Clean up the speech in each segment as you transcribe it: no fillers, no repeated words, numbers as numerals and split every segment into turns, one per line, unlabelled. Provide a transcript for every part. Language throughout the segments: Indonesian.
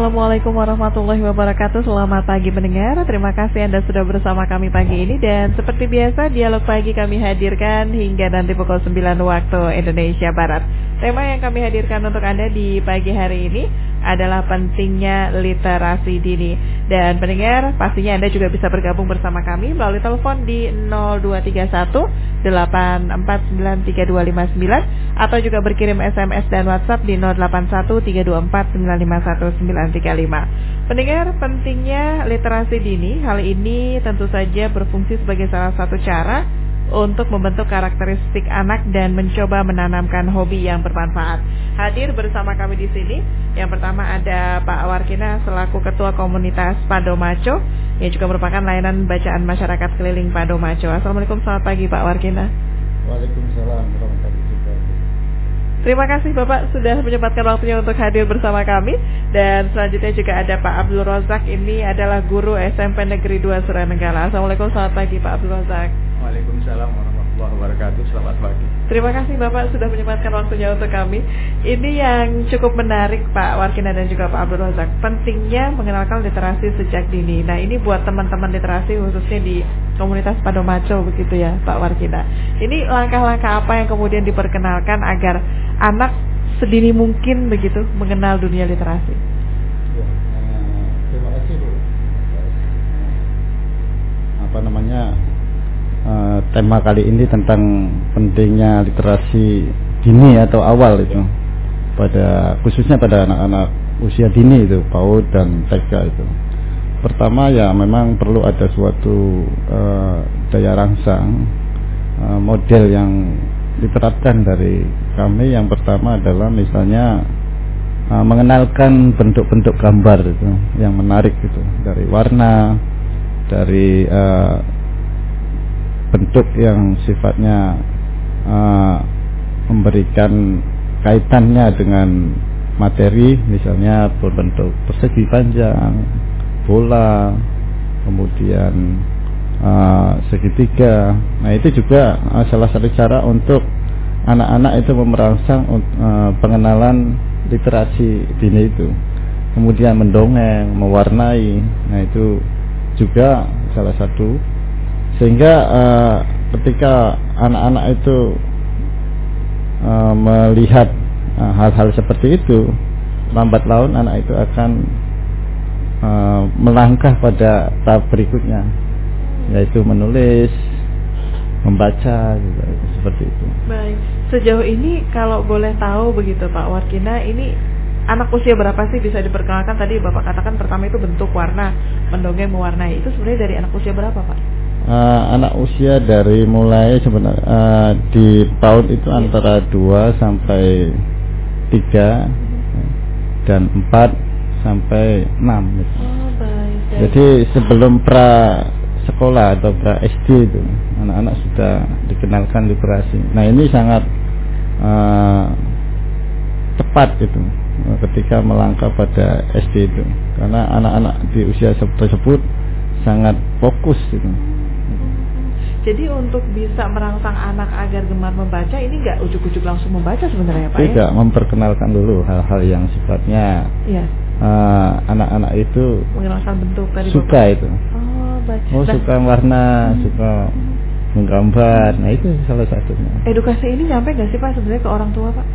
Assalamualaikum warahmatullahi wabarakatuh. Selamat pagi pendengar. Terima kasih Anda sudah bersama kami pagi ini. Dan seperti biasa, dialog pagi kami hadirkan hingga nanti pukul 9 waktu Indonesia Barat. Tema yang kami hadirkan untuk Anda di pagi hari ini adalah pentingnya literasi dini. Dan pendengar, pastinya Anda juga bisa bergabung bersama kami melalui telepon di 0231 8493259 atau juga berkirim SMS dan WhatsApp di 081324951935. Pendengar, pentingnya literasi dini, hal ini tentu saja berfungsi sebagai salah satu cara untuk membentuk karakteristik anak dan mencoba menanamkan hobi yang bermanfaat. Hadir bersama kami di sini, yang pertama ada Pak Warkina selaku Ketua Komunitas Padomaco, yang juga merupakan layanan bacaan masyarakat keliling Padomaco. Assalamualaikum, selamat pagi Pak Warkina.
Waalaikumsalam warahmatullahi wabarakatuh.
Terima kasih Bapak sudah menyempatkan waktunya untuk hadir bersama kami. Dan selanjutnya juga ada Pak Abdul Rozak, ini adalah guru SMP Negeri 2 Suranenggala. Assalamualaikum, selamat pagi Pak Abdul Rozak.
Waalaikumsalam warahmatullahi wabarakatuh. Selamat pagi.
Terima kasih Bapak sudah menyempatkan waktunya untuk kami. Ini yang cukup menarik Pak Warkina dan juga Pak Abdul Rozak, pentingnya mengenalkan literasi sejak dini. Nah, ini buat teman-teman literasi khususnya di komunitas Padomaco begitu ya Pak Warkina. Ini langkah-langkah apa yang kemudian diperkenalkan agar anak sedini mungkin begitu mengenal dunia literasi?
Ya, terima kasih Bu. Tema kali ini tentang pentingnya literasi dini atau awal itu, khususnya pada anak-anak usia dini itu, PAUD dan TK itu. Pertama ya memang perlu ada suatu daya rangsang, model yang diterapkan dari kami. Yang pertama adalah misalnya mengenalkan bentuk-bentuk gambar itu yang menarik itu, dari warna, dari bentuk yang sifatnya memberikan kaitannya dengan materi, misalnya berbentuk persegi panjang, bola, kemudian segitiga. Nah, itu juga salah satu cara untuk anak-anak itu merangsang pengenalan literasi dini itu. Kemudian mendongeng, mewarnai. Nah, itu juga salah satu, sehingga ketika anak-anak itu melihat hal-hal seperti itu, lambat laun anak itu akan melangkah pada tahap berikutnya, yaitu menulis, membaca, gitu, seperti itu.
Baik, sejauh ini kalau boleh tahu begitu Pak Warkina, ini anak usia berapa sih bisa diperkenalkan? Tadi Bapak katakan pertama itu bentuk, warna, mendongeng, mewarnai. Itu sebenarnya dari anak usia berapa Pak?
Anak usia dari mulai sebenarnya di PAUD itu antara 2 sampai 3 dan 4 sampai 6 gitu.
Oh, baik.
Jadi sebelum pra sekolah atau pra SD itu anak-anak sudah dikenalkan literasi. Nah, ini sangat tepat itu ketika melangkah pada SD itu, karena anak-anak di usia tersebut sangat fokus itu.
Jadi untuk bisa merangsang anak agar gemar membaca, ini nggak ujuk-ujuk langsung membaca sebenarnya Pak?
Tidak, memperkenalkan dulu hal-hal yang sifatnya anak-anak itu
mengenalkan bentuk tadi
suka Bapak. Itu.
Oh, baik.
Suka warna, suka menggambar. Nah, itu salah satunya.
Edukasi ini nyampe nggak sih Pak sebenarnya ke orang tua Pak?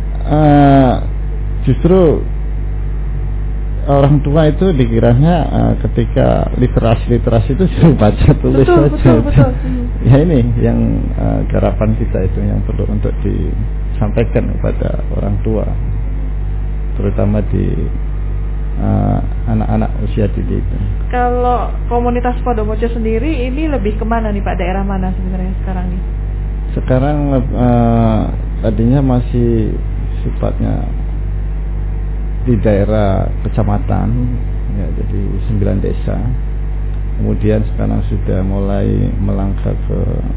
Justru orang tua itu dikiranya ketika literasi itu suruh baca tulis saja.
Betul.
Ya, ini yang garapan kita itu yang perlu untuk disampaikan kepada orang tua, terutama di anak-anak usia dini itu.
Kalau komunitas Padomaco sendiri ini lebih kemana nih Pak? Daerah mana sebenarnya sekarang nih?
Sekarang tadinya masih sifatnya di daerah kecamatan, ya, jadi 9 desa. Kemudian sekarang sudah mulai melangkah ke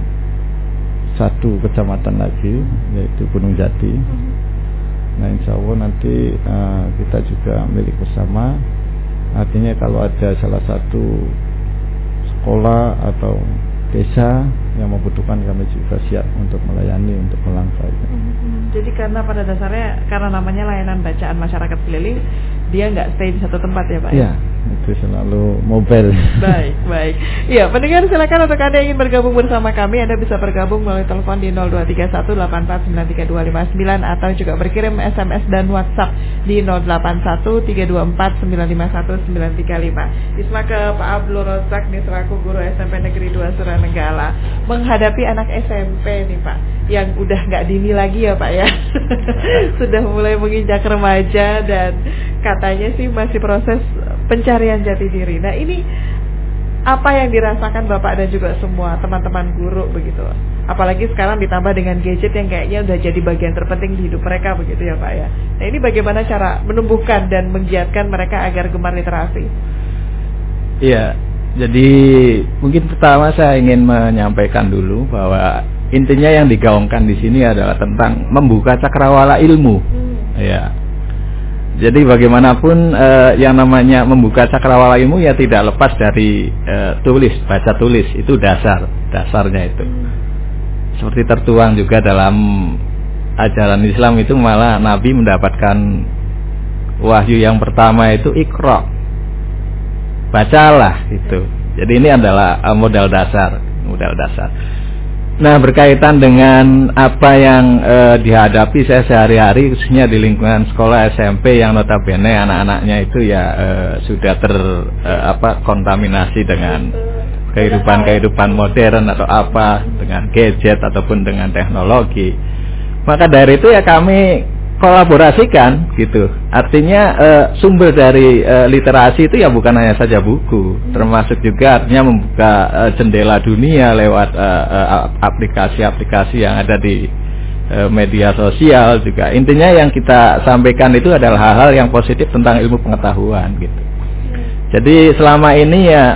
1 kecamatan lagi, yaitu Gunung Jati. Nah, insya Allah nanti kita juga milik bersama. Artinya kalau ada salah satu sekolah atau desa yang membutuhkan kami juga siap untuk melayani, untuk melangkah.
Jadi karena pada dasarnya karena namanya layanan bacaan masyarakat keliling, dia nggak stay di satu tempat ya Pak?
Iya, itu selalu mobile.
Baik. Iya, pendengar silakan untuk Anda yang ingin bergabung bersama kami, Anda bisa bergabung melalui telepon di 0231849359 atau juga berkirim SMS dan WhatsApp di 081324951935. Isma ke Pak Abdul Rozak nih selaku guru SMP Negeri 2 Suranenggala, menghadapi anak SMP nih Pak, yang udah nggak dini lagi ya Pak ya. Sudah mulai menginjak remaja dan katanya sih masih proses pencarian jati diri. Nah, ini apa yang dirasakan Bapak dan juga semua teman-teman guru begitu? Apalagi sekarang ditambah dengan gadget yang kayaknya udah jadi bagian terpenting di hidup mereka begitu ya Pak ya. Nah, ini bagaimana cara menumbuhkan dan menggiatkan mereka agar gemar literasi?
Iya, jadi mungkin pertama saya ingin menyampaikan dulu bahwa intinya yang digaungkan di sini adalah tentang membuka cakrawala ilmu. Ya. Jadi bagaimanapun yang namanya membuka cakrawala ilmu ya tidak lepas dari baca tulis, itu dasarnya itu. Seperti tertuang juga dalam ajaran Islam itu, malah Nabi mendapatkan wahyu yang pertama itu Iqra. Bacalah itu. Jadi ini adalah modal dasar. Nah, berkaitan dengan apa yang dihadapi saya sehari-hari, khususnya di lingkungan sekolah SMP yang notabene anak-anaknya itu ya sudah kontaminasi dengan kehidupan modern atau apa, dengan gadget ataupun dengan teknologi. Maka dari itu ya kami kolaborasikan gitu. Artinya sumber dari literasi itu ya bukan hanya saja buku, termasuk juga artinya membuka jendela dunia lewat aplikasi-aplikasi yang ada di media sosial juga. Intinya yang kita sampaikan itu adalah hal-hal yang positif tentang ilmu pengetahuan gitu. Jadi selama ini ya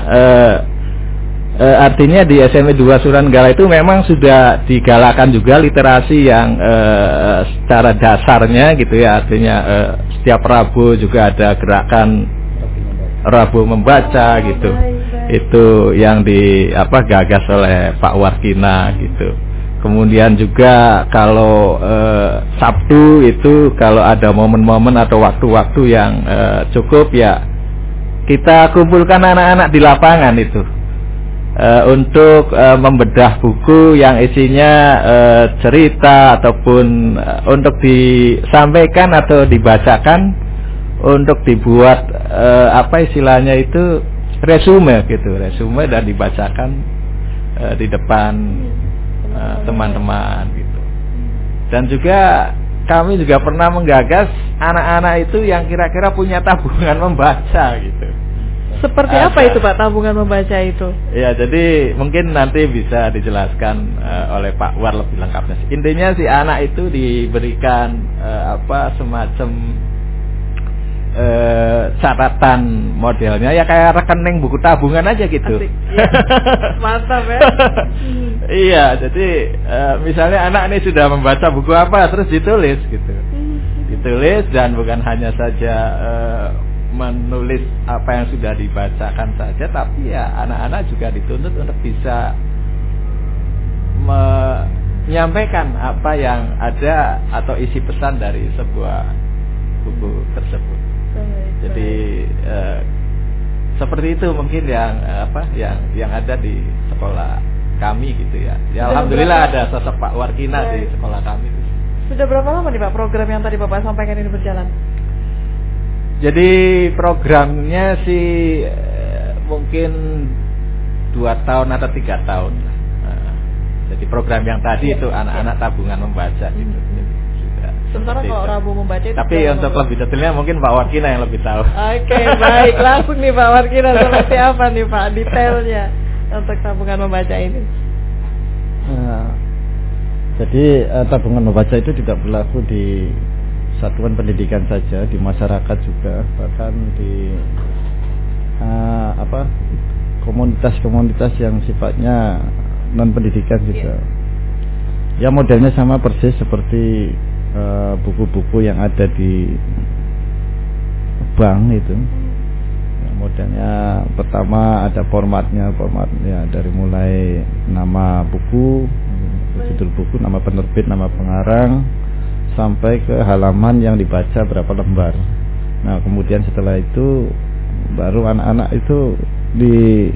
artinya di SMP 2 Suranenggala itu memang sudah digalakan juga literasi yang secara dasarnya gitu ya, artinya setiap Rabu juga ada gerakan Rabu membaca gitu. Itu yang gagas oleh Pak Warkina gitu. Kemudian juga kalau Sabtu itu kalau ada momen-momen atau waktu-waktu yang cukup ya kita kumpulkan anak-anak di lapangan itu. Untuk membedah buku yang isinya cerita ataupun untuk disampaikan atau dibacakan, untuk dibuat istilahnya itu resume dan dibacakan di depan teman-teman gitu. Dan juga kami juga pernah menggagas anak-anak itu yang kira-kira punya tabungan membaca gitu.
Seperti apa itu Pak tabungan membaca itu?
Ya, jadi mungkin nanti bisa dijelaskan oleh Pak War lebih lengkapnya. Intinya si anak itu diberikan semacam catatan modelnya ya kayak rekening buku tabungan aja gitu.
Asik, ya. Mantap ya.
Iya, jadi misalnya anak ini sudah membaca buku apa, terus ditulis gitu. Ditulis dan bukan hanya saja menulis apa yang sudah dibacakan saja, tapi ya anak-anak juga dituntut untuk bisa menyampaikan apa yang ada atau isi pesan dari sebuah buku tersebut. Jadi seperti itu mungkin yang yang ada di sekolah kami gitu ya. Ya alhamdulillah ada sosok Pak Warkina di sekolah kami.
Sudah berapa lama nih Pak program yang tadi Bapak sampaikan ini berjalan?
Jadi programnya sih mungkin 2 tahun atau 3 tahun. Jadi program yang tadi itu anak-anak tabungan membaca gitu.
Sementara kalau Rabu membaca itu.
Tapi untuk lebih detailnya mungkin Pak Warkina yang lebih tahu.
Oke, baik, langsung nih Pak Warkina, seperti apa nih Pak detailnya untuk tabungan membaca ini?
Jadi tabungan membaca itu tidak berlaku di satuan pendidikan saja, di masyarakat juga, bahkan di komunitas-komunitas yang sifatnya non pendidikan juga. Ya modelnya sama persis seperti buku-buku yang ada di bank itu, yang Modelnya pertama ada formatnya dari mulai nama buku, judul buku, nama penerbit, nama pengarang, sampai ke halaman yang dibaca berapa lembar. Nah kemudian setelah itu baru anak-anak itu di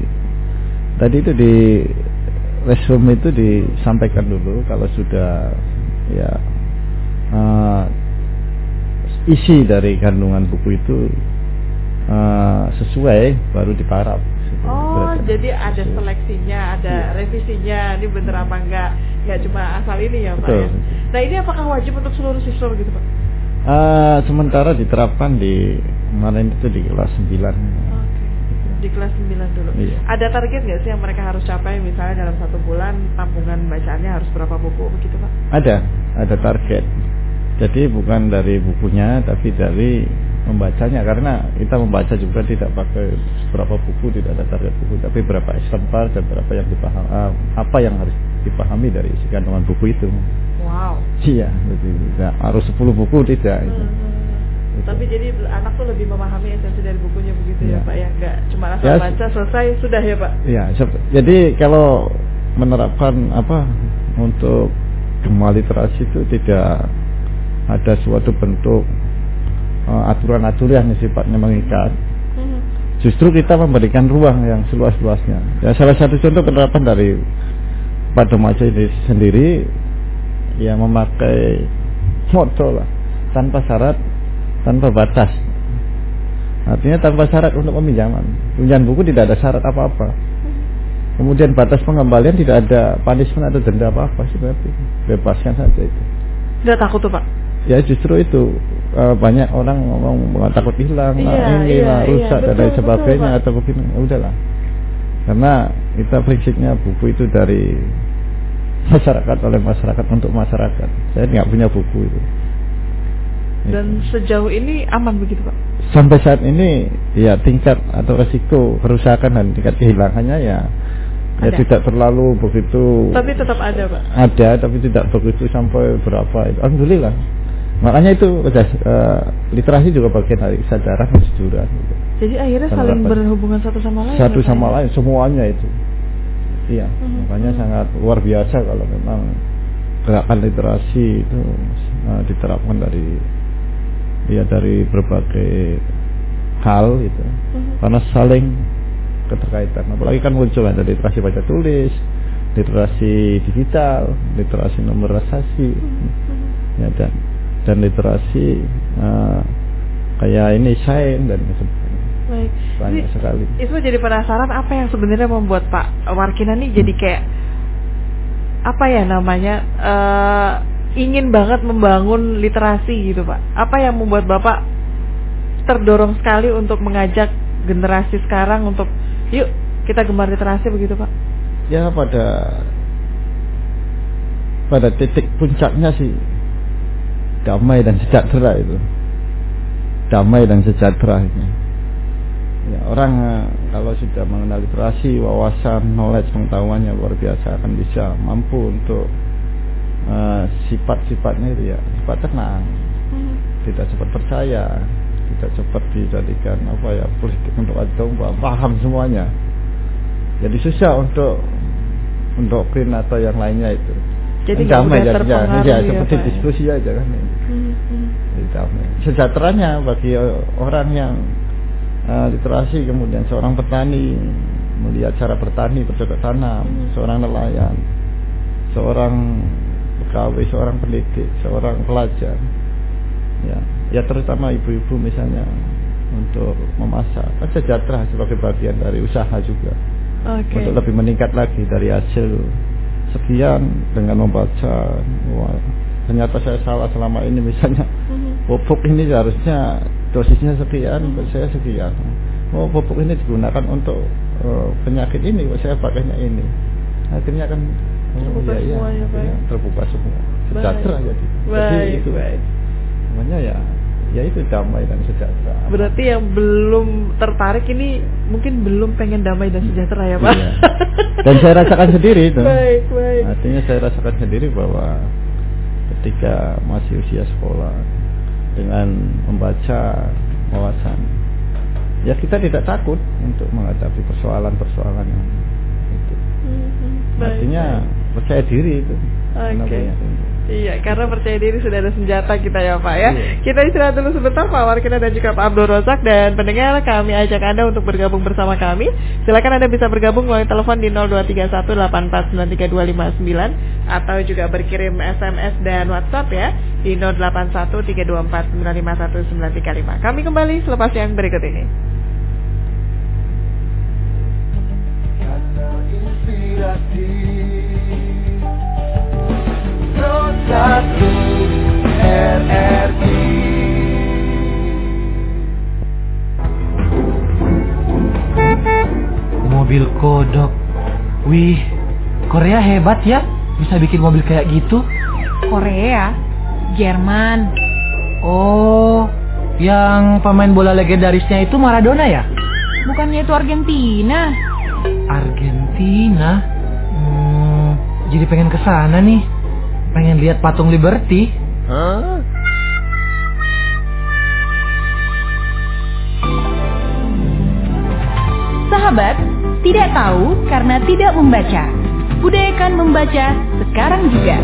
resume itu disampaikan dulu kalau sudah ya isi dari kandungan buku itu sesuai, baru diparaf.
Oh, jadi ada seleksinya, ada revisinya, ini bener apa enggak cuma asal ini ya Pak.
Betul.
Ya? Nah ini apakah wajib untuk seluruh siswa gitu Pak?
Sementara diterapkan di kemarin itu di kelas 9.
Di kelas 9 dulu.
Iya.
Ada target nggak sih yang mereka harus capai, misalnya dalam 1 bulan tabungan bacaannya harus berapa buku begitu Pak?
Ada target. Jadi bukan dari bukunya tapi dari membacanya, karena kita membaca juga tidak pakai berapa buku, tidak ada target buku, tapi berapa eksemplar dan berapa yang dipahami, apa yang harus dipahami dari isi kandungan buku itu.
Wow.
Iya, tidak harus 10 buku tidak. Itu.
Tapi jadi anak tuh lebih memahami esensi dari bukunya begitu ya Pak ya, nggak cuma asal
ya,
baca selesai sudah ya Pak.
Iya, jadi kalau menerapkan untuk gemah literasi itu tidak ada suatu bentuk aturan-aturan yang sifatnya mengikat. Justru kita memberikan ruang yang seluas-luasnya. Ya, salah satu contoh penerapan dari Pak Domaca ini sendiri yang memakai motto lah, tanpa syarat, tanpa batas. Artinya tanpa syarat untuk peminjaman. Pinjaman buku tidak ada syarat apa-apa. Kemudian batas pengembalian tidak ada punishment atau denda apa-apa, seperti bebaskan saja itu.
Tidak takut tuh Pak?
Ya justru itu banyak orang ngomong takut hilang, rusak dan lain sebagainya atau begini. Udahlah. Karena kita prinsipnya buku itu dari masyarakat, oleh masyarakat, untuk masyarakat. Saya nggak punya buku itu.
Dan sejauh ini aman begitu Pak?
Sampai saat ini ya tingkat atau resiko kerusakan dan tingkat kehilangannya ya tidak terlalu begitu.
Tapi tetap ada Pak?
Ada, tapi tidak begitu sampai berapa itu. Alhamdulillah. Makanya itu literasi juga bagian dari kesadaran kejujuran. Gitu.
Jadi akhirnya saling berhubungan satu sama lain.
Satu sama lain, semuanya itu. Iya, makanya sangat luar biasa kalau memang gerakan literasi itu diterapkan dari berbagai hal itu. Karena saling keterkaitan. Apalagi kan muncul ada literasi baca tulis, literasi digital, literasi numerasasi, ya, dan literasi kayak ini sains dan sebagainya.
Baik.
Banyak sekali.
Itu jadi penasaran apa yang sebenarnya membuat Pak Warkina nih jadi kayak apa ya namanya ingin banget membangun literasi gitu Pak. Apa yang membuat Bapak terdorong sekali untuk mengajak generasi sekarang untuk yuk kita gemar literasi begitu Pak?
Ya pada titik puncaknya sih damai dan sejahtera itu. Damai dan sejahtera ini. Ya, orang kalau sudah mengenal literasi, wawasan, knowledge, pengetahuannya luar biasa, akan bisa mampu untuk sifat-sifatnya itu ya, sifat tenang, tidak cepat percaya, tidak cepat dijadikan politik untuk paham semuanya. Jadi susah untuk doktrin atau yang lainnya itu.
Jadi
damai aja, seperti
ya,
diskusi aja kan. Damai. Sejahteranya bagi orang yang literasi, kemudian seorang petani melihat cara bertani, bercocok tanam, seorang nelayan, seorang pegawai, seorang pendidik, seorang pelajar, ya terutama ibu-ibu misalnya untuk memasak, kan sejahtera sebagai bagian dari usaha juga. Untuk lebih meningkat lagi dari hasil sekian dengan membaca, ternyata saya salah selama ini misalnya, pupuk ini harusnya dosisnya sekian, saya sekian. Pupuk ini digunakan untuk penyakit ini, saya pakainya ini. Akhirnya kan terbuka semua. Sejahtera jadi. Itu. Namanya ya itu damai dan sejahtera.
Berarti yang belum tertarik ini mungkin belum pengen damai dan sejahtera ya Pak? Iya.
Dan saya rasakan sendiri itu.
Baik.
Artinya saya rasakan sendiri bahwa ketika masih usia sekolah, dengan membaca wawasan ya kita tidak takut untuk menghadapi persoalan-persoalan yang itu. Artinya percaya diri itu.
Oke. Iya, karena percaya diri sudah ada senjata kita ya Pak ya.
Iya.
Kita istirahat dulu sebentar Pak Warkina dan juga Pak Abdul Razak, dan pendengar kami ajak Anda untuk bergabung bersama kami. Silakan Anda bisa bergabung melalui telepon di 0231849329 atau juga berkirim SMS dan WhatsApp ya di 081324951935. Kami kembali selepas yang berikut ini.
Mobil kodok. Wih, Korea hebat ya, bisa bikin mobil kayak gitu.
Korea? Jerman?
Oh, yang pemain bola legendarisnya itu Maradona ya?
Bukannya itu Argentina?
Argentina? Jadi pengen kesana nih. Pengen lihat patung Liberty.
Sahabat, tidak tahu karena tidak membaca. Budayakan membaca sekarang juga.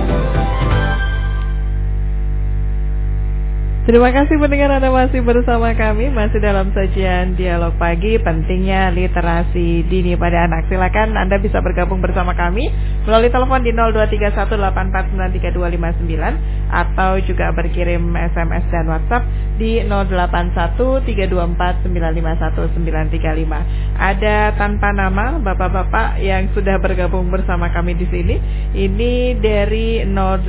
Terima kasih pendengar, Anda masih bersama kami, masih dalam sajian Dialog Pagi, pentingnya literasi dini pada anak. Silakan Anda bisa bergabung bersama kami melalui telepon di 0231849329 atau juga berkirim SMS dan WhatsApp di 081324951935. Ada tanpa nama bapak-bapak yang sudah bergabung bersama kami di sini. Ini dari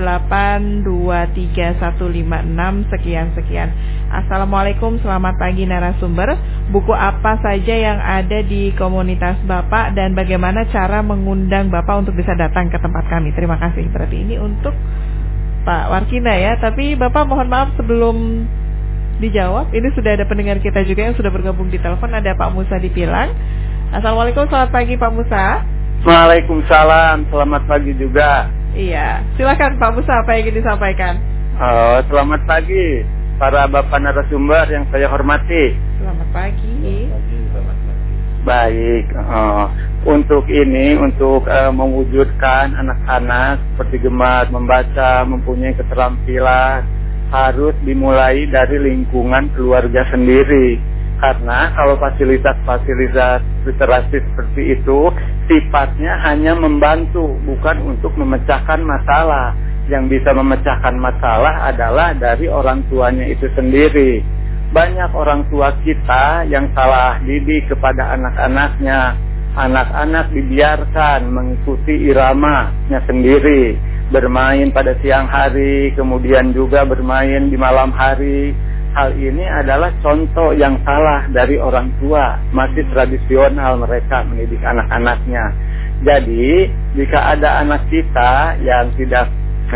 08231566 sekian. Assalamualaikum, selamat pagi narasumber. Buku apa saja yang ada di komunitas Bapak dan bagaimana cara mengundang Bapak untuk bisa datang ke tempat kami? Terima kasih. Berarti ini untuk Pak Warkina ya. Tapi Bapak mohon maaf sebelum dijawab, ini sudah ada pendengar kita juga yang sudah bergabung di telepon. Ada Pak Musa di Pilang. Assalamualaikum, selamat pagi Pak Musa.
Waalaikumsalam, selamat pagi juga.
Iya, silakan Pak Musa, apa yang ingin disampaikan?
Selamat pagi para bapak narasumber yang saya hormati.
Selamat pagi.
Baik, untuk mewujudkan anak-anak seperti gemar membaca, mempunyai keterampilan, harus dimulai dari lingkungan keluarga sendiri. Karena kalau fasilitas-fasilitas literasi seperti itu sifatnya hanya membantu, bukan untuk memecahkan masalah. Yang bisa memecahkan masalah adalah dari orang tuanya itu sendiri. Banyak orang tua kita yang salah didik kepada anak-anaknya. Anak-anak dibiarkan mengikuti iramanya sendiri, bermain pada siang hari, kemudian juga bermain di malam hari. Hal ini adalah contoh yang salah dari orang tua. Masih tradisional mereka mendidik anak-anaknya. Jadi, jika ada anak kita yang tidak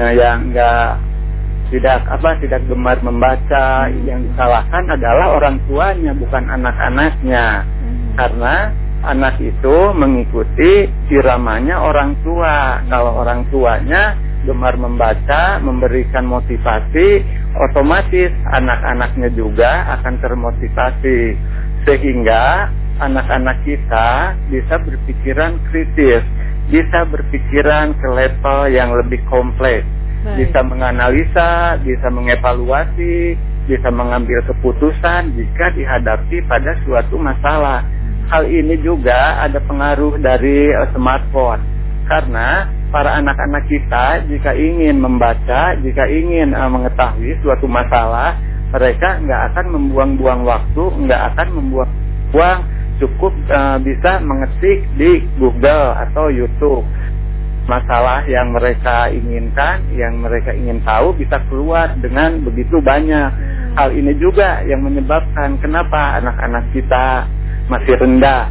gemar membaca, yang disalahkan adalah orang tuanya, bukan anak-anaknya. Karena anak itu mengikuti iramanya orang tua. Kalau orang tuanya gemar membaca, memberikan motivasi, otomatis anak-anaknya juga akan termotivasi. Sehingga anak-anak kita bisa berpikiran kritis, bisa berpikiran ke level yang lebih kompleks, bisa menganalisa, bisa mengevaluasi, bisa mengambil keputusan jika dihadapi pada suatu masalah. Hal ini juga ada pengaruh dari smartphone, karena para anak-anak kita jika ingin membaca, jika ingin mengetahui suatu masalah, mereka nggak akan membuang-buang waktu, nggak akan membuang, cukup bisa mengetik di Google atau YouTube. Masalah yang mereka inginkan, yang mereka ingin tahu bisa keluar dengan begitu banyak. Hal ini juga yang menyebabkan kenapa anak-anak kita masih rendah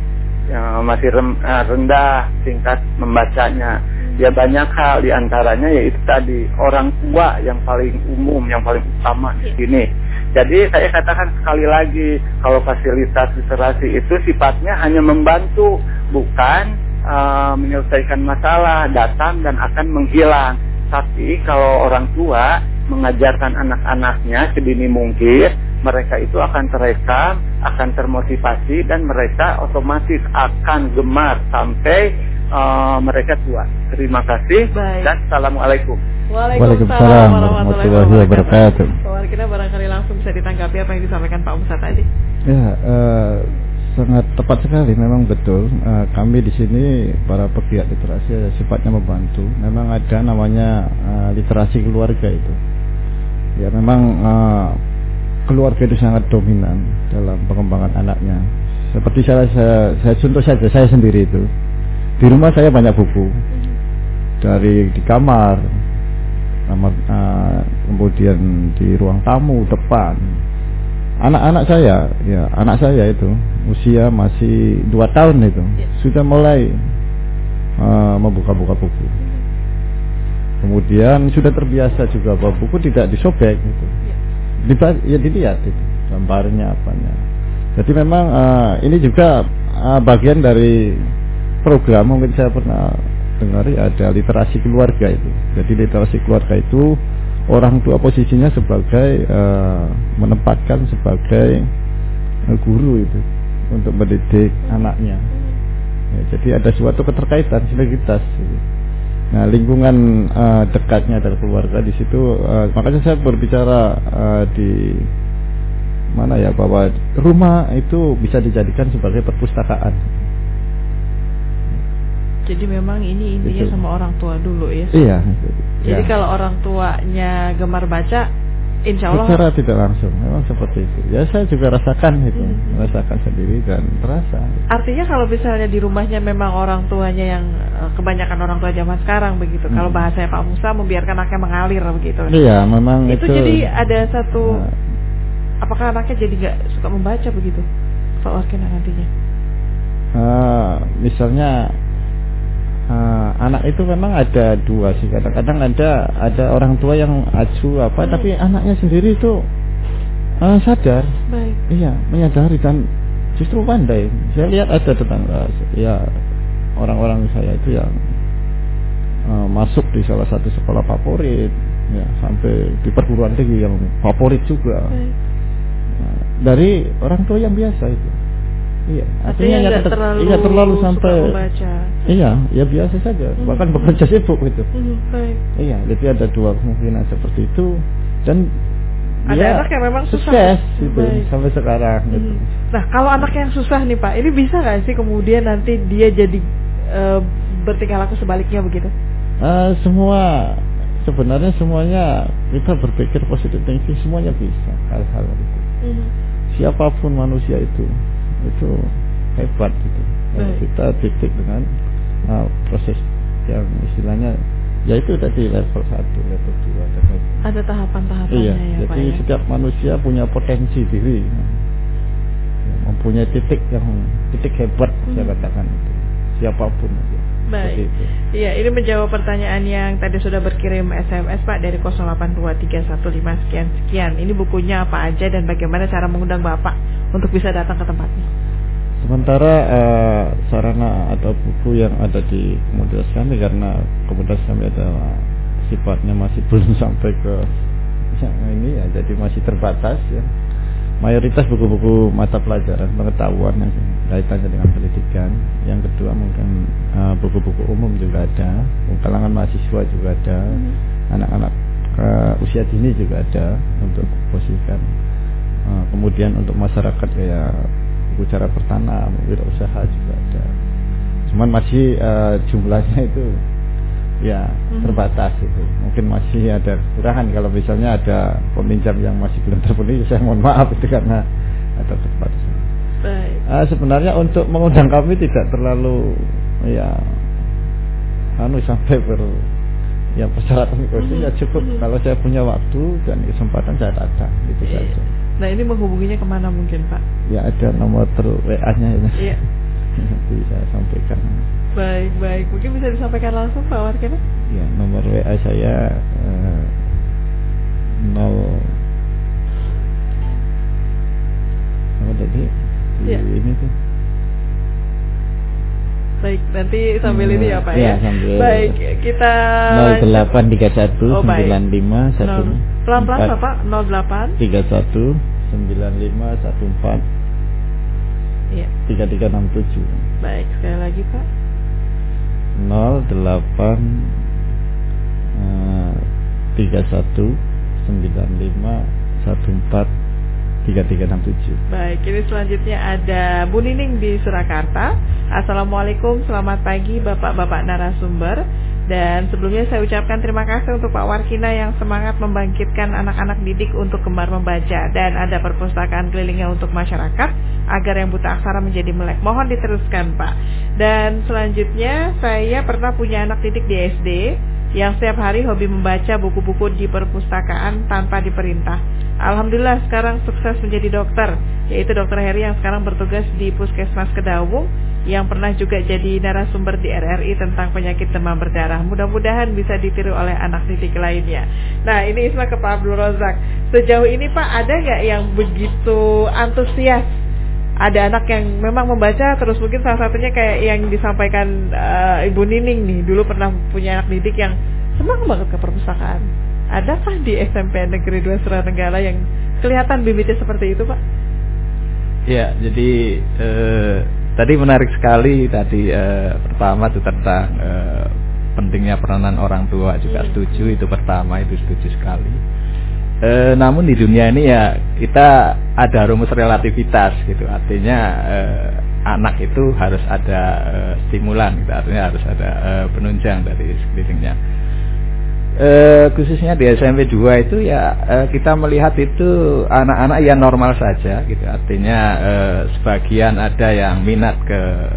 tingkat membacanya. Ya banyak hal, diantaranya yaitu tadi orang tua yang paling umum, yang paling utama di sini. Jadi saya katakan sekali lagi, kalau fasilitas literasi itu sifatnya hanya membantu, bukan menyelesaikan masalah, datang dan akan menghilang. Tapi kalau orang tua mengajarkan anak-anaknya sedini mungkin, mereka itu akan terekam, akan termotivasi, dan mereka otomatis akan gemar sampai mereka tua. Terima kasih.
Baik.
Dan assalamualaikum.
Waalaikumsalam warahmatullahi
wabarakatuh.
Pak Warkina, barangkali langsung bisa ditanggapi apa yang disampaikan Pak Ustadz tadi.
Ya, sangat tepat sekali. Memang betul. Kami di sini para pegiat literasi sifatnya membantu. Memang ada namanya literasi keluarga itu. Ya, memang keluarga itu sangat dominan dalam pengembangan anaknya. Seperti saya contoh saja, saya sendiri itu di rumah saya banyak buku dari di kamar, kemudian di ruang tamu depan. Anak saya itu usia masih 2 tahun itu sudah mulai membuka-buka buku. Kemudian sudah terbiasa juga bahwa buku tidak disobek gitu. Dilihat itu gambarnya apanya. Jadi memang ini juga bagian dari program, mungkin saya pernah dengar ada literasi keluarga itu. Jadi literasi keluarga itu orang tua posisinya sebagai menempatkan sebagai guru itu untuk mendidik anaknya. Ya, jadi ada suatu keterkaitan sinergitas. Nah, lingkungan dekatnya dari keluarga di situ, makanya saya berbicara di mana ya, bahwa rumah itu bisa dijadikan sebagai perpustakaan.
Jadi memang ini intinya
Betul.
sama orang tua dulu ya.
Iya.
Jadi
Ya.
kalau orang tuanya gemar baca, insya Allah
secara tidak langsung memang seperti itu. Ya, saya juga rasakan itu, merasakan sendiri dan terasa.
artinya kalau misalnya di rumahnya memang orang tuanya yang kebanyakan orang tua zaman sekarang begitu. Kalau bahasanya Pak Musa, membiarkan anaknya mengalir begitu.
Iya, memang
itu jadi ada satu apakah anaknya jadi nggak suka membaca begitu Pak Warkina nantinya?
Misalnya anak itu memang ada dua sih, kadang-kadang ada orang tua yang acuh tapi anaknya sendiri itu sadar.
Baik.
Iya, menyadari dan justru pandai. Saya lihat ada tetangga ya, orang-orang saya itu yang masuk di salah satu sekolah favorit ya, sampai di perguruan tinggi yang favorit juga.
Baik.
Nah, dari orang tua yang biasa itu. Iya,
artinya nggak
terlalu sampai
membaca.
Iya, ya biasa saja. Bahkan bekerja sibuk itu.
Baik.
Iya, jadi ada dua kemungkinan seperti itu, dan
ada anak yang memang
sukses
susah
gitu sampai sekarang gitu.
Nah, kalau anak yang susah nih Pak, ini bisa nggak sih kemudian nanti dia jadi bertingkah laku sebaliknya begitu?
Sebenarnya semuanya kita berpikir positif thinking, semuanya bisa hal-hal itu. Siapapun manusia itu hebat gitu. Kalau kita titik dengan proses yang istilahnya yaitu tadi level 1, level 2 dan level.
Ada tahapan-tahapannya
Iya,
ya
jadi
Pak ya.
setiap manusia punya potensi diri, mempunyai titik hebat saya katakan itu. Siapapun aja.
Baik. Iya, ini menjawab pertanyaan yang tadi sudah berkirim SMS Pak dari 082315 sekian. Ini bukunya apa aja dan bagaimana cara mengundang Bapak untuk bisa datang ke tempatnya?
Sementara sarana atau buku yang ada di komunitas kami, karena komunitas kami adalah sifatnya masih belum sampai ke ini ya, jadi masih terbatas ya. Mayoritas buku-buku mata pelajaran pengetahuan yang kaitannya dengan pendidikan. Yang kedua mungkin buku-buku umum juga ada, kalangan mahasiswa juga ada, anak-anak usia dini juga ada untuk posisikan. Kemudian untuk masyarakat kayak buku cara bertanam, wirausaha juga ada. Cuman masih jumlahnya itu ya terbatas itu. Mungkin masih ada kekurangan. Kalau misalnya ada peminjam yang masih belum terpenuhi, saya mohon maaf itu karena ada keterbatasan.
Baik.
Sebenarnya untuk mengundang kami tidak terlalu sampai persyaratan kursi ya cukup. Kalau saya punya waktu dan kesempatan saya datang itu saja.
Nah, ini menghubunginya kemana mungkin Pak?
Ya ada nomor WA-nya ya.
Iya.
Nanti saya sampaikan.
Baik. Mungkin bisa disampaikan langsung Pak Warkina?
Ya, nomor WA saya 0 apa tadi?
Ya.
Ini tuh.
Baik, nanti sambil ini ya Pak ya.
Sambil.
Baik, kita
0831 95 1.
Pelan-pelan Bapak, 08
31 9514
Iya.
3367.
Baik, sekali lagi Pak.
08 31 95 14 3367.
Baik, ini selanjutnya ada Bu Nining di Surakarta. Assalamualaikum, selamat pagi Bapak-bapak narasumber. Dan sebelumnya saya ucapkan terima kasih untuk Pak Warkina yang semangat membangkitkan anak-anak didik untuk gemar membaca. Dan ada perpustakaan kelilingnya untuk masyarakat agar yang buta aksara menjadi melek. Mohon diteruskan Pak. Dan selanjutnya saya pernah punya anak didik di SD yang setiap hari hobi membaca buku-buku di perpustakaan tanpa diperintah. Alhamdulillah sekarang sukses menjadi dokter, yaitu Dokter Heri yang sekarang bertugas di Puskesmas Kedawung, yang pernah juga jadi narasumber di RRI tentang penyakit demam berdarah. Mudah-mudahan bisa ditiru oleh anak didik lainnya. Nah, ini Isma ke Pak Abdul Rozak. Sejauh ini Pak, ada nggak yang begitu antusias? Ada anak yang memang membaca terus, mungkin salah satunya kayak yang disampaikan Ibu Nining nih, dulu pernah punya anak didik yang senang banget ke perpustakaan. Adakah di SMP Negeri 2 Suranenggala yang kelihatan bibitnya seperti itu Pak?
Ya, jadi tadi menarik sekali tadi pertama itu tentang pentingnya peranan orang tua, juga setuju itu pertama, itu setuju sekali. Namun di dunia ini ya kita ada rumus relativitas gitu, artinya anak itu harus ada stimulan gitu, artinya harus ada penunjang dari sekelilingnya. Khususnya di SMP 2 itu ya kita melihat itu anak-anak yang normal saja gitu, artinya sebagian ada yang minat ke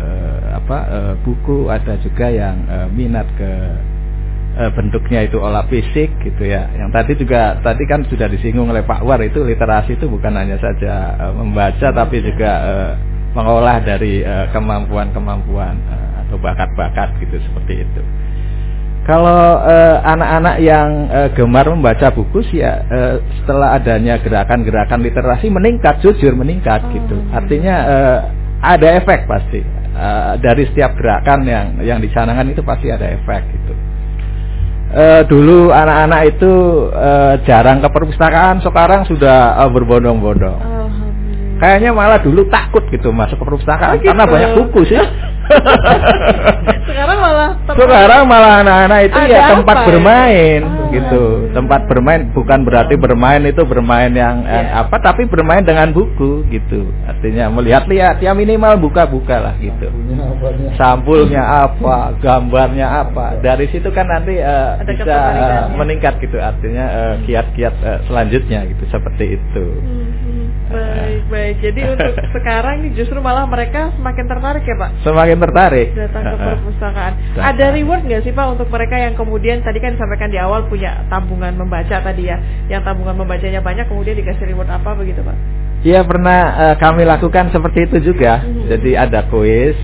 buku, ada juga yang minat ke bentuknya itu olah fisik gitu ya. Yang tadi kan sudah disinggung oleh Pak War, itu literasi itu bukan hanya saja membaca tapi juga mengolah dari kemampuan-kemampuan atau bakat-bakat gitu, seperti itu. Kalau anak-anak yang gemar membaca buku sih ya setelah adanya gerakan-gerakan literasi meningkat, jujur meningkat gitu. Artinya ada efek pasti dari setiap gerakan yang dicanangkan itu pasti ada efek gitu. Dulu anak-anak itu jarang ke perpustakaan, sekarang sudah berbondong-bondong. Kayaknya malah dulu takut gitu masuk ke perpustakaan karena banyak buku sih. Sekarang malah anak-anak itu ya tempat bermain gitu. Tempat bermain bukan berarti bermain itu bermain yang tapi bermain dengan buku gitu. Artinya melihat-lihat, ya minimal buka-buka lah gitu. Sampulnya apa, gambarnya apa. Dari situ kan nanti bisa meningkat gitu, artinya kiat-kiat selanjutnya gitu, seperti itu.
Baik. Jadi untuk sekarang ini justru malah mereka semakin tertarik ya Pak? Semakin
tertarik
datang ke perpustakaan. Ada reward nggak sih Pak untuk mereka yang kemudian tadi kan disampaikan di awal punya tabungan membaca tadi ya, yang tabungan membacanya banyak kemudian dikasih reward apa begitu Pak?
Iya, pernah kami lakukan seperti itu juga. Jadi ada kuis,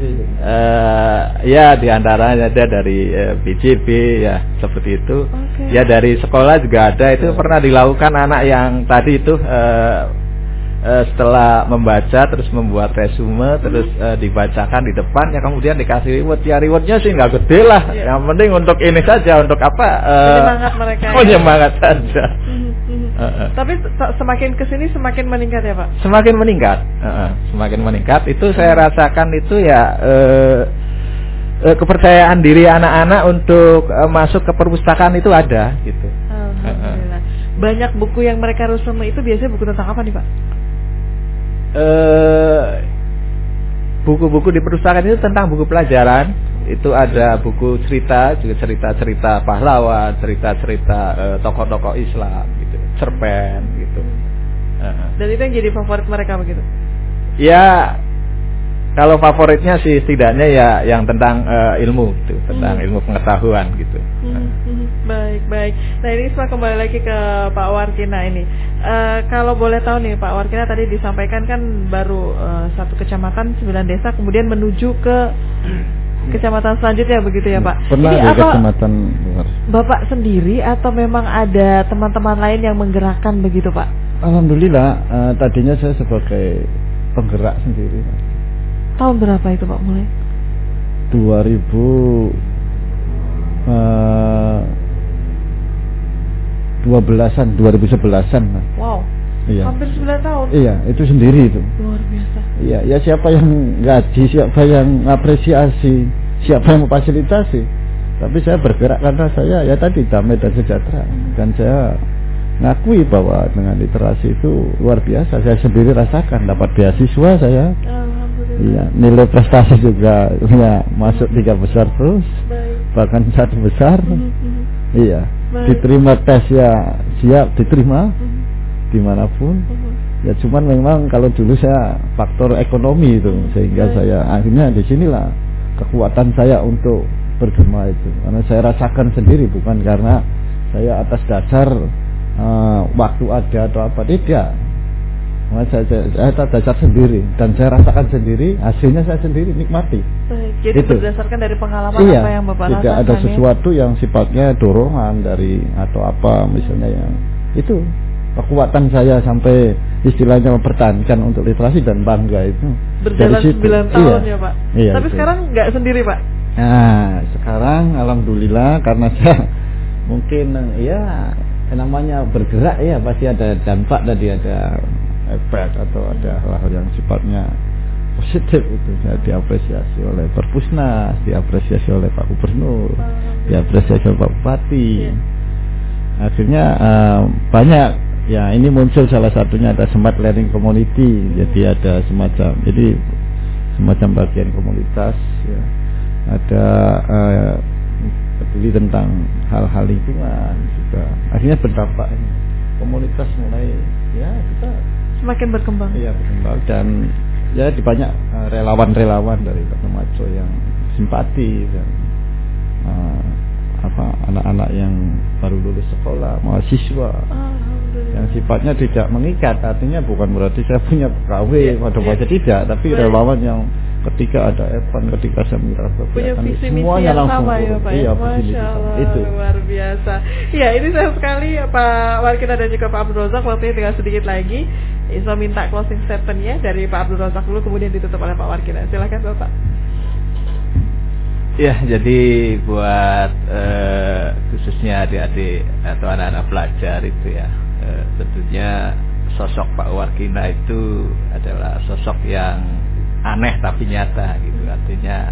ya diantaranya ada dari BJB ya seperti itu. Ya dari sekolah juga ada, itu pernah dilakukan anak yang tadi itu setelah membaca terus membuat resume terus dibacakan di depan, ya kemudian dikasih reward. Ya rewardnya sih nggak gede lah, yang penting untuk ini saja, untuk apa?
Semangat mereka.
Semangat saja.
Tapi semakin kesini semakin meningkat ya Pak?
Semakin meningkat, semakin meningkat. Itu saya rasakan itu ya kepercayaan diri anak-anak untuk masuk ke perpustakaan itu ada gitu.
Alhamdulillah. Banyak buku yang mereka resume itu biasanya buku tentang apa nih Pak?
Buku-buku di perpustakaan itu tentang buku pelajaran. Itu ada buku cerita, juga cerita-cerita pahlawan, cerita-cerita tokoh-tokoh Islam gitu, cerpen gitu.
Dan itu yang jadi favorit mereka begitu?
Ya, kalau favoritnya sih setidaknya ya yang tentang ilmu gitu, tentang ilmu pengetahuan gitu.
Baik. Nah ini Isma kembali lagi ke Pak Warkina ini. Kalau boleh tahu nih Pak Warkina, tadi disampaikan kan baru satu kecamatan 9 desa kemudian menuju ke kecamatan selanjutnya begitu ya Pak?
Pernah di kecamatan luar.
Bapak sendiri atau memang ada teman-teman lain yang menggerakkan begitu Pak?
Alhamdulillah, tadinya saya sebagai penggerak sendiri.
Tahun berapa itu Pak mulai?
2011-an.
Wow.
Iya.
Hampir 9 tahun.
Iya, itu sendiri itu.
Luar biasa.
Iya, ya siapa yang gaji, siapa yang apresiasi, siapa yang memfasilitasi. Tapi saya bergerak karena saya ya tadi damai dan sejahtera. Dan saya ngakui bahwa dengan literasi itu luar biasa. Saya sendiri rasakan dapat beasiswa saya.
Alhamdulillah.
Iya, nilai prestasi juga ya masuk 3 besar terus.
Baik.
Bahkan 1 besar. Iya.
Baik.
Diterima tes ya siap diterima dimanapun. Ya cuman memang kalau dulu saya faktor ekonomi itu sehingga saya akhirnya di sinilah kekuatan saya untuk bergema itu. Karena saya rasakan sendiri, bukan karena saya atas dasar waktu ada atau apa, tidak. Saya atas dasar sendiri dan saya rasakan sendiri, hasilnya saya sendiri nikmati.
Baik, jadi
Gitu.
berdasarkan dari pengalaman
Iya,
apa yang Bapak rasakan.
tidak ada sesuatu yang sifatnya dorongan dari atau apa misalnya yang itu kekuatan saya sampai istilahnya mempertahankan untuk literasi dan bangga itu
Berjalan
dari situ.
9 tahun
Iya.
ya Pak.
Iya,
Tapi
itu.
sekarang nggak sendiri Pak.
Nah, sekarang alhamdulillah karena saya mungkin ya namanya bergerak ya pasti ada dampak, tadi ada efek atau ada hal-hal yang sifatnya positif itu. Saya diapresiasi oleh Perpusnas, diapresiasi oleh Pak Gubernur, diapresiasi oleh Pak Bupati. Akhirnya banyak ya, ini muncul salah satunya ada Smart Learning Community. Jadi ada semacam bagian komunitas ya. Ada peduli tentang hal-hal lingkungan juga. Akhirnya berdampak ini. Komunitas mulai ya kita
Semakin berkembang.
iya berkembang dan ya di banyak relawan-relawan dari Kota Majo yang simpati dan anak-anak yang baru lulus sekolah, mahasiswa yang sifatnya tidak mengikat. Artinya bukan berarti saya punya pegawai pada baca tidak, tapi relawan yang ketika ada event, ketika saya
punya visi misi
semuanya
yang
langsung
sama ya Pak.
iya,
Masya Allah,
itu
luar biasa. Iya, ini sayang sekali Pak Warkina dan juga Pak Abdul Razak, waktunya tinggal sedikit lagi. Saya minta closing statement-nya dari Pak Abdul Razak dulu, kemudian ditutup oleh Pak Warkina. Silakan Bapak.
Ya, jadi buat khususnya adik-adik atau anak-anak pelajar itu ya, tentunya sosok Pak Warkina itu adalah sosok yang aneh tapi nyata gitu. Artinya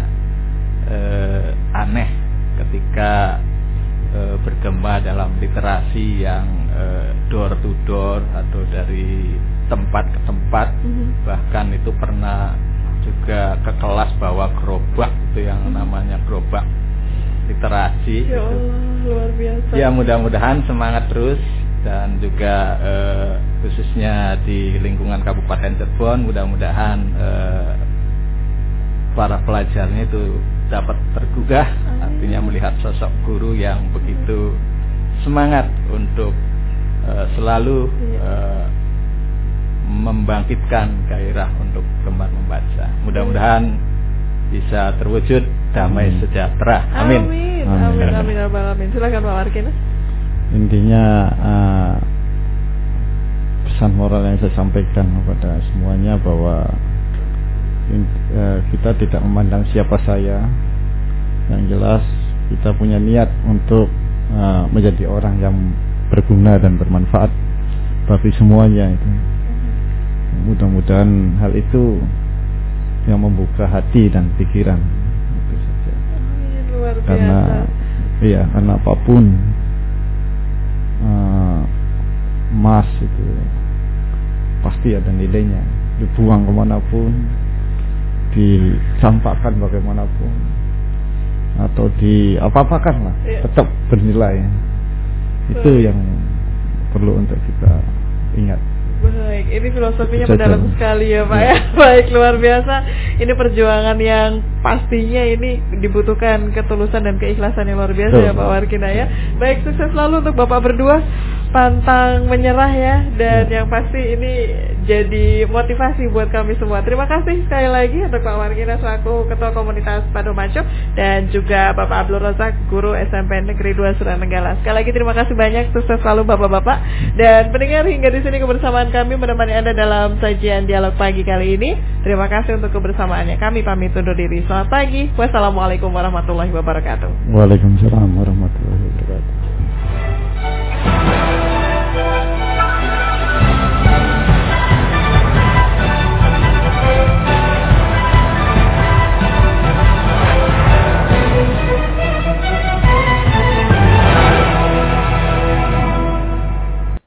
aneh ketika bergema dalam literasi yang door to door atau dari tempat ke tempat. Bahkan itu pernah juga ke kelas bawa gerobak itu yang namanya gerobak literasi.
Ya Allah, luar biasa.
Ya, mudah-mudahan semangat terus dan juga khususnya di lingkungan Kabupaten Cirebon, mudah-mudahan para pelajarnya itu dapat tergugah. Artinya melihat sosok guru yang begitu semangat untuk selalu membangkitkan gairah untuk gemar membaca. Mudah-mudahan bisa terwujud damai sejahtera. Amin.
Amin. Silakan Pak Warkina.
Intinya pesan moral yang saya sampaikan kepada semuanya bahwa kita tidak memandang siapa saya. Yang jelas kita punya niat untuk menjadi orang yang berguna dan bermanfaat bagi semuanya itu. Mudah-mudahan hal itu yang membuka hati dan pikiran itu saja.
Luar biasa.
Karena apapun emas itu pasti ada nilainya. Dibuang kemanapun, dicampakkan bagaimanapun, atau apa-apakan lah, tetap bernilai. Itu yang perlu untuk kita ingat.
Baik, ini filosofinya mendalam sekali ya Pak ya. Baik, luar biasa. Ini perjuangan yang pastinya ini dibutuhkan ketulusan dan keikhlasan yang luar biasa ya Pak Warkina ya. Baik, sukses selalu untuk Bapak berdua, pantang menyerah ya. Dan yang pasti ini jadi motivasi buat kami semua. Terima kasih sekali lagi untuk Pak Warkina selaku Ketua Komunitas Pado Maco dan juga Bapak Abdul Razak, Guru SMP Negeri 2 Suranenggala. Sekali lagi terima kasih banyak, sukses selalu Bapak-bapak. Dan pendengar, hingga di sini kebersamaan kami menemani Anda dalam sajian dialog pagi kali ini. Terima kasih untuk kebersamaannya. Kami pamit undur diri. Selamat pagi. Wassalamualaikum warahmatullahi wabarakatuh.
Waalaikumsalam warahmatullahi wabarakatuh.